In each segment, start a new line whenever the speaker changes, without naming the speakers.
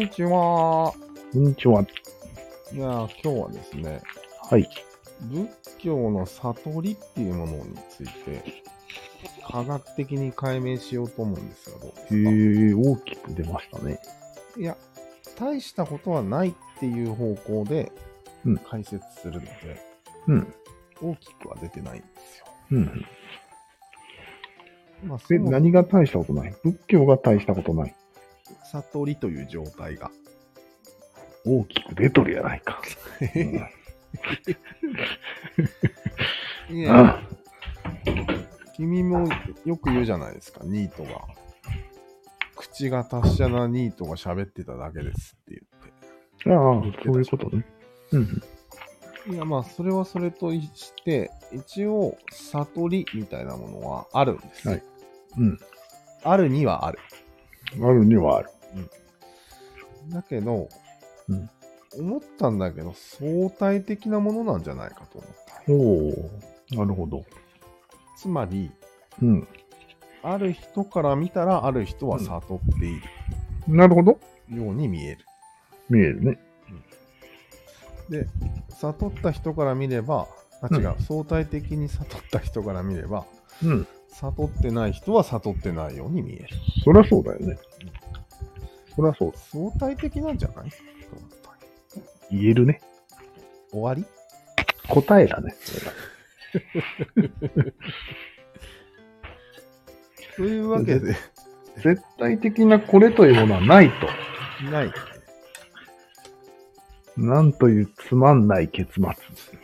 にちは。
こんにちは。
いやー、今日はですね、
はい。
仏教の悟りっていうものについて、科学的に解明しようと思うんですが、どうですか？
大きく出ましたね。
いや、大したことはないっていう方向で
うん
解説するので、
うん。
大きくは出てないんですよ。
うん。
まあ、そもそも
何が大したことない？仏教が大したことない。
悟りという状態が。
大きく出とるやないか。
いや、
あ
君もよく言うじゃないですか、ニートが。口が達者なニートが喋ってただけですって言って。
そういうことね。うん
いや、まあ、それはそれとして、一応、悟りみたいなものはあるんです。
はい。うん。
あるにはある。
あるにはある。
だけど、
うん
思ったんだけど、相対的なものなんじゃないかと思った。
おー、なるほど。
つまり、
うん。
ある人から見たら、ある人は悟っている
なるほど。
ように見える。
見えるね。
で、悟った人から見れば、違う、相対的に悟った人から見れば、
うん。
悟ってない人は悟ってないように見える。
そりゃそうだよね。そりゃそうだ。
相対的なんじゃないと思った。
言えるね。
終わり？
答えだね。
というわけで、
絶対的なこれというものはないと。
ない。
なんというつまんない結末。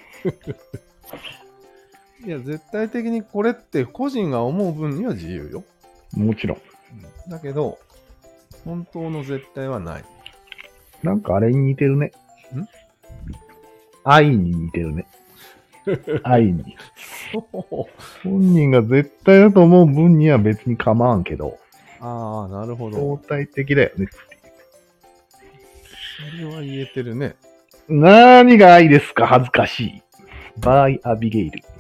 いや、絶対的にこれって個人が思う分には自由よ。
もちろん。
だけど、本当の絶対はない。
なんかあれに似てるね。
ん？
愛に似てるね。愛に。
そう。
本人が絶対だと思う分には別に構わんけど、
ああ、なるほど。
相対的だよね。
それは言えてるね。
何が愛ですか？恥ずかしい。バイアビゲイル。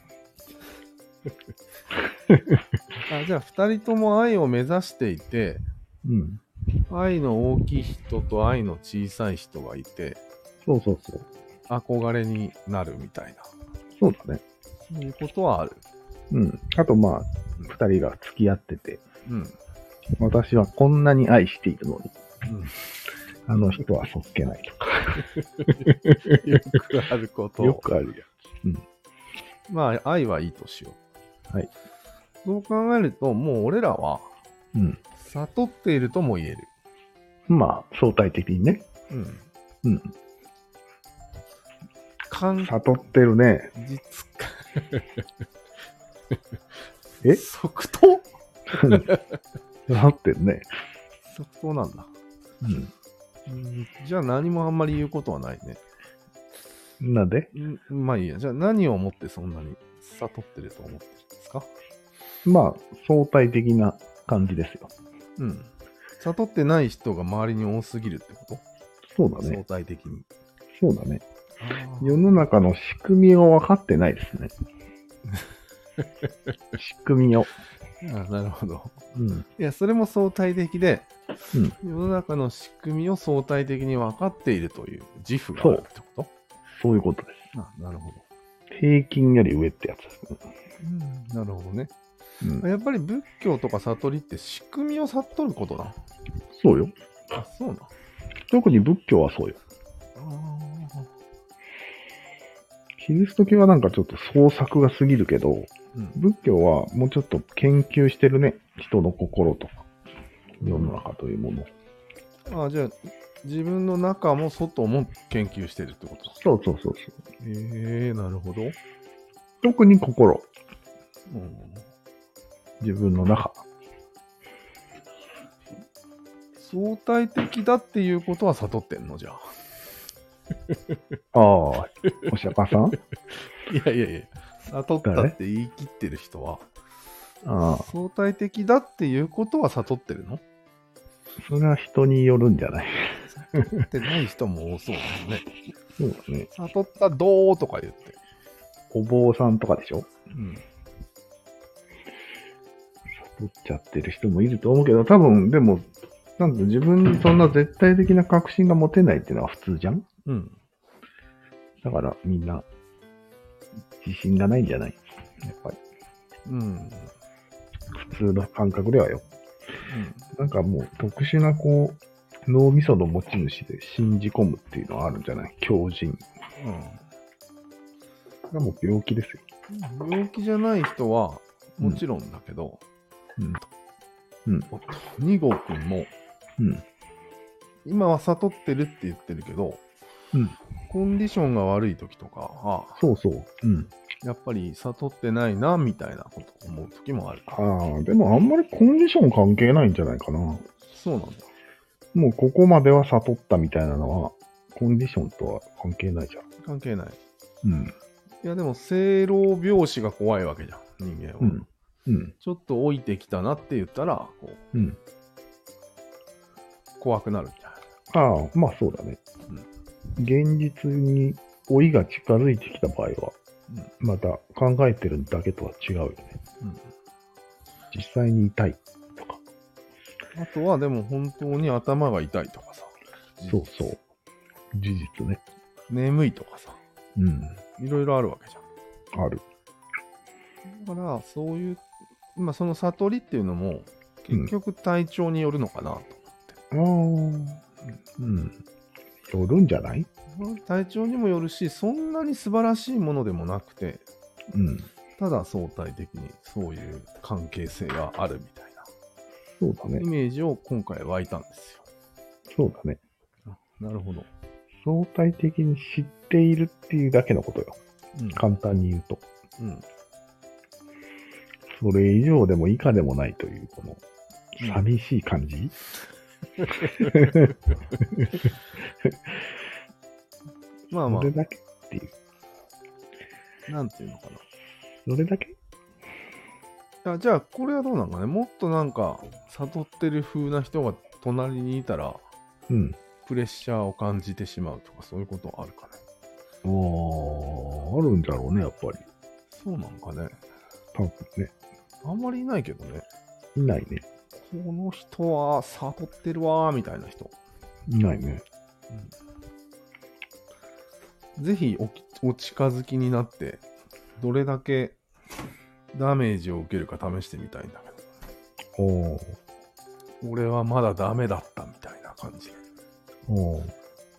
じゃあ、二人とも愛を目指していて、
うん。
愛の大きい人と愛の小さい人がいて、
そうそうそう。
憧れになるみたいな。
そうだね。
そういうことはある。
うん。あとまあ、二人が付き合ってて、
うん。
私はこんなに愛しているのに、
うん
あの人はそっけないとか。
よくあること。
よくある
まあ、愛はいいとしよう。
はい。
そう考えると、もう俺らは、
やん。
悟っているとも言える。
うん。まあ、相対的にね。
うん。
うん。
感
悟ってるね。
実か。
え
即答
なってるね。
即答なんだ。
うん。
じゃあ何もあんまり言うことはないね。
なんで
まあいいや。じゃあ何をもってそんなに悟ってると思ってるんですか？
まあ、相対的な感じですよ。
うん。悟ってない人が周りに多すぎるってこと？相
そうだね。
対的に。
そうだね。
あ
世の中の仕組みを分かってないですね。仕組みを。
あ、なるほど。
うん。
いや、それも相対的で、
うん。
世の中の仕組みを相対的に分かっているという自負があるってこと？
そういうことです。
なるほど。
平均より上ってやつですね。
なるほどね。
うん。
やっぱり仏教とか悟りって仕組みを悟ることだ。
そうよ。
あ、そうな。
特に仏教はそうよ。
あ
キリスト教はなんかちょっと創作が過ぎるけど、
うん。
仏教はもうちょっと研究してるね。人の心とか、世の中というもの。
じゃあ、自分の中も外も研究してるってことだ。
そうそうそうそう。
なるほど。
特に心。
うん
自分の中。
相対的だっていうことは悟ってんのじゃあ。
ああ、お釈迦さん
いや。悟ったって言い切ってる人は、
ああ、
相対的だっていうことは悟ってるの？
それは人によるんじゃない？
悟ってない人も多そうだよね。
そうだね。
悟ったどうとか言って。
お坊さんとかでしょ？
うん。
悟っちゃってる人もいると思うけど、多分、でも、 なんと自分にそんな絶対的な確信が持てないっていうのは普通じゃん。
うん。
だからみんな自信がないんじゃない？やっぱり
うん。
普通の感覚ではよ。なんかもう特殊なこう脳みその持ち主で信じ込むっていうのはあるんじゃない？強靭。これはもう病気ですよ。
うん。病気じゃない人は、もちろんだけど、
うん。
2号くんも、
うん。
今は悟ってるって言ってるけど、
うん。
コンディションが悪い時とかは、
そうそう。うん。
やっぱり悟ってないな、みたいなこと思う時もある。
ああ、でもあんまりコンディション関係ないんじゃないかな。
そうなんだ。
もうここまでは悟ったみたいなのは、コンディションとは関係ないじゃん。
関係ない。
うん。
いや、でも、生老病死が怖いわけじゃん、人間は。
うん。うん。
ちょっと老いてきたなって言ったら、こう、
うん。
怖くなるんじゃない？
ああ、まあそうだね。現実に老いが近づいてきた場合は、また考えてるだけとは違うよね。
うん。
実際に痛いとか。
あとは、でも本当に頭が痛いとかさ。
そうそう。事実ね。
眠いとかさ。
うん。
いろいろあるわけじゃん。
ある。
だから、そういう、まあ、その悟りっていうのも、結局体調によるのかなと思って。
ああ。うん。よるんじゃない？
体調にもよるし、そんなに素晴らしいものでもなくて、
うん。
ただ相対的にそういう関係性があるみたい
そうだね。
なイメージを今回湧いたんです
そうだね。
よ。なるほど。
相対的に知っているっていうだけのことよ。
うん。
簡単に言うと。
うん。
それ以上でも以下でもないという、この、寂しい感じ、
まあま
それだけっていう。
あ、なんていうのか
それだけ
な。じゃあ、これはどうなんかね。もっとなんか、悟ってる風な人が隣にいたら、
うん。
プレッシャーを感じてしまうとか、そういうことあるかね。
ああ、あるんだろうね、やっぱり。
そうなんかね。
多分ね。
あんまりいないけどね。
いないね。
この人は悟ってるわーみたいな人。
いないね。
ぜひお近づきになって、どれだけダメージを受けるか試してみたいんだけど。
おー。
俺はまだダメだったみたいな感じ。
おー。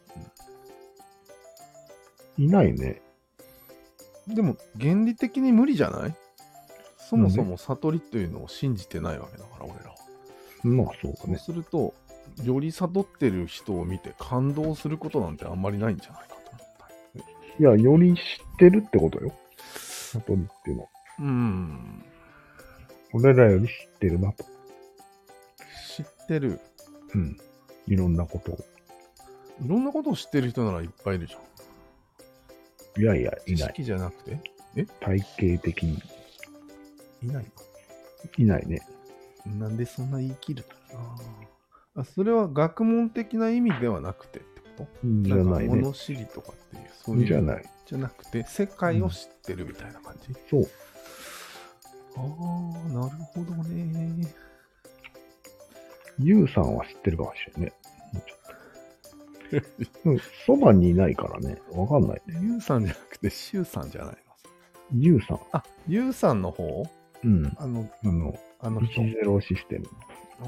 いないね。
でも、原理的に無理じゃない？そもそも悟りというのを信じてないわけだから、俺らは。
まあそうだ
そう
ね。
すると、より悟ってる人を見て感動することなんてあんまりないんじゃないかと思ったり。
いや、より知ってるってことよ。悟りっていうのは。俺らより知ってるなと。
知ってる。
うん。いろんなことを。
いろんなことを知ってる人ならいっぱいいるじゃん。
いやいや、いない。
知識じゃなくて
体系的に。
いない
いないね。
の？なんでそんな言い切るの？それは学問的な意味ではなくてってこと？
じゃない
んか
ね。
物知りとかっていう、そういう。
じゃない。
じゃなくて、世界を知ってるみたいな感じ？
そう。
ああ、なるほどね。
ユウさんは知ってるかもしれないね。もうちょっと。うん、そばにいないからね。わかんないね。
ユウさんじゃなくて、シュウさんじゃないの？
ユウさん。
あ、ユウさんの方？
うん。
あの人。
10システム。
あ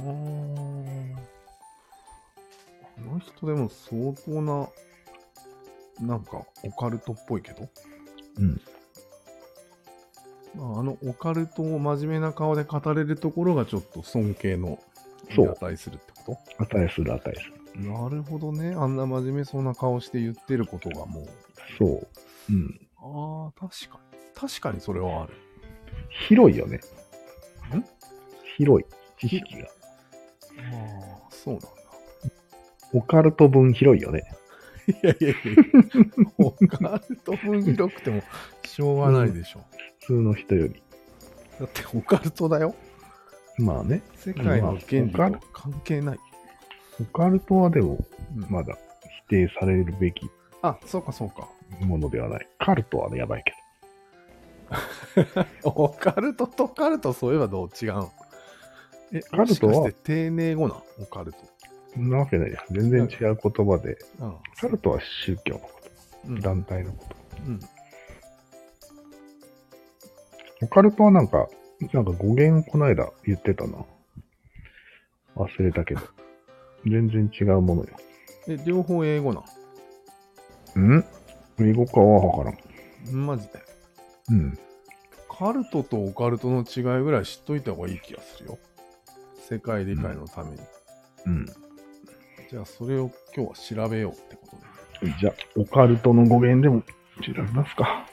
の人でも相当な、なんかオカルトっぽいけど。
うん。
まあ、オカルトを真面目な顔で語れるところがちょっと尊敬の
そう
値するってこ
値する値する。
と？なるほどね。あんな真面目そうな顔して言ってることがもう。
そう。うん。
ああ、確かに。確かにそれはある。
広いよね。広い。知識が。
ああ、そうなんだ。
オカルト分広いよね。
いやいやいや、オカルト分広くてもしょうがないでしょ。
普通の人より。
だってオカルトだよ。
まあね。
世界の原理と関係ない。
オカルトはでも、
うん
まだ否定されるべき
あ、そうかそうか。
ものではない。カルトはね、やばいけ
オカルトとカルトそういえばどう違うの？
カルトは
もしかして丁寧語なオカルト。
そんなわけないじゃん。全然違う言葉で。
ああ
カルトは宗教のこ
うん
と。団体のこと。
うん。
オカルトはなんか語源こないだ言ってたな。忘れたけど。全然違うものよ。
両方英語なん
ん英語かはわからん。
マジで。
うん。
カルトとオカルトの違いぐらい知っといた方がいい気がするよ。世界理解のために。
うん。
じゃあそれを今日は調べようってことで。
じゃあ、オカルトの語源でも調べますか。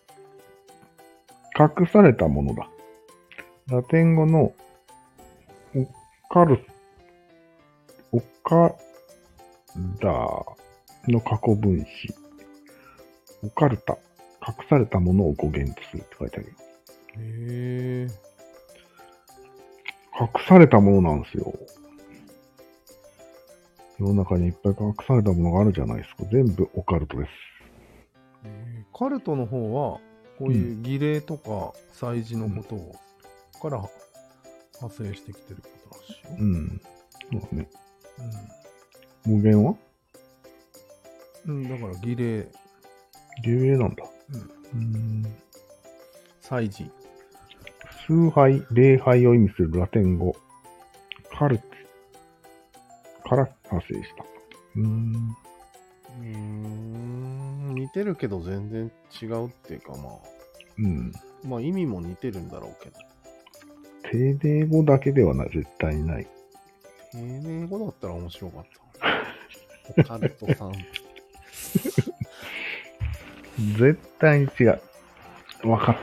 隠されたものだ。ラテン語のオカダの過去分詞。オカルタ。隠されたものを語源とするって書いてあるよ。
へえ。
隠されたものなんですよ。世の中にいっぱい隠されたものがあるじゃないですか。全部オカルトです。
カルトの方は、こういう儀礼とか祭事のことを、から派生してきてることらしいよ。
うん。そうだね。語源は
だから儀礼、
儀礼なんだ。
祭事。
崇拝、礼拝を意味するラテン語、カルツから派生した。
似てるけど全然違うっていうかまあ意味も似てるんだろうけど。
丁寧語だけでは絶対にない。
丁寧語だったら面白かった。オカルトさん。
絶対に違う。わかる。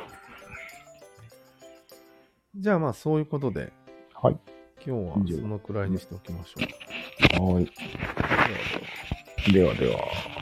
じゃあまあそういうことで、
はい。
今日はそのくらいにしておきましょう。
はい。ではでは。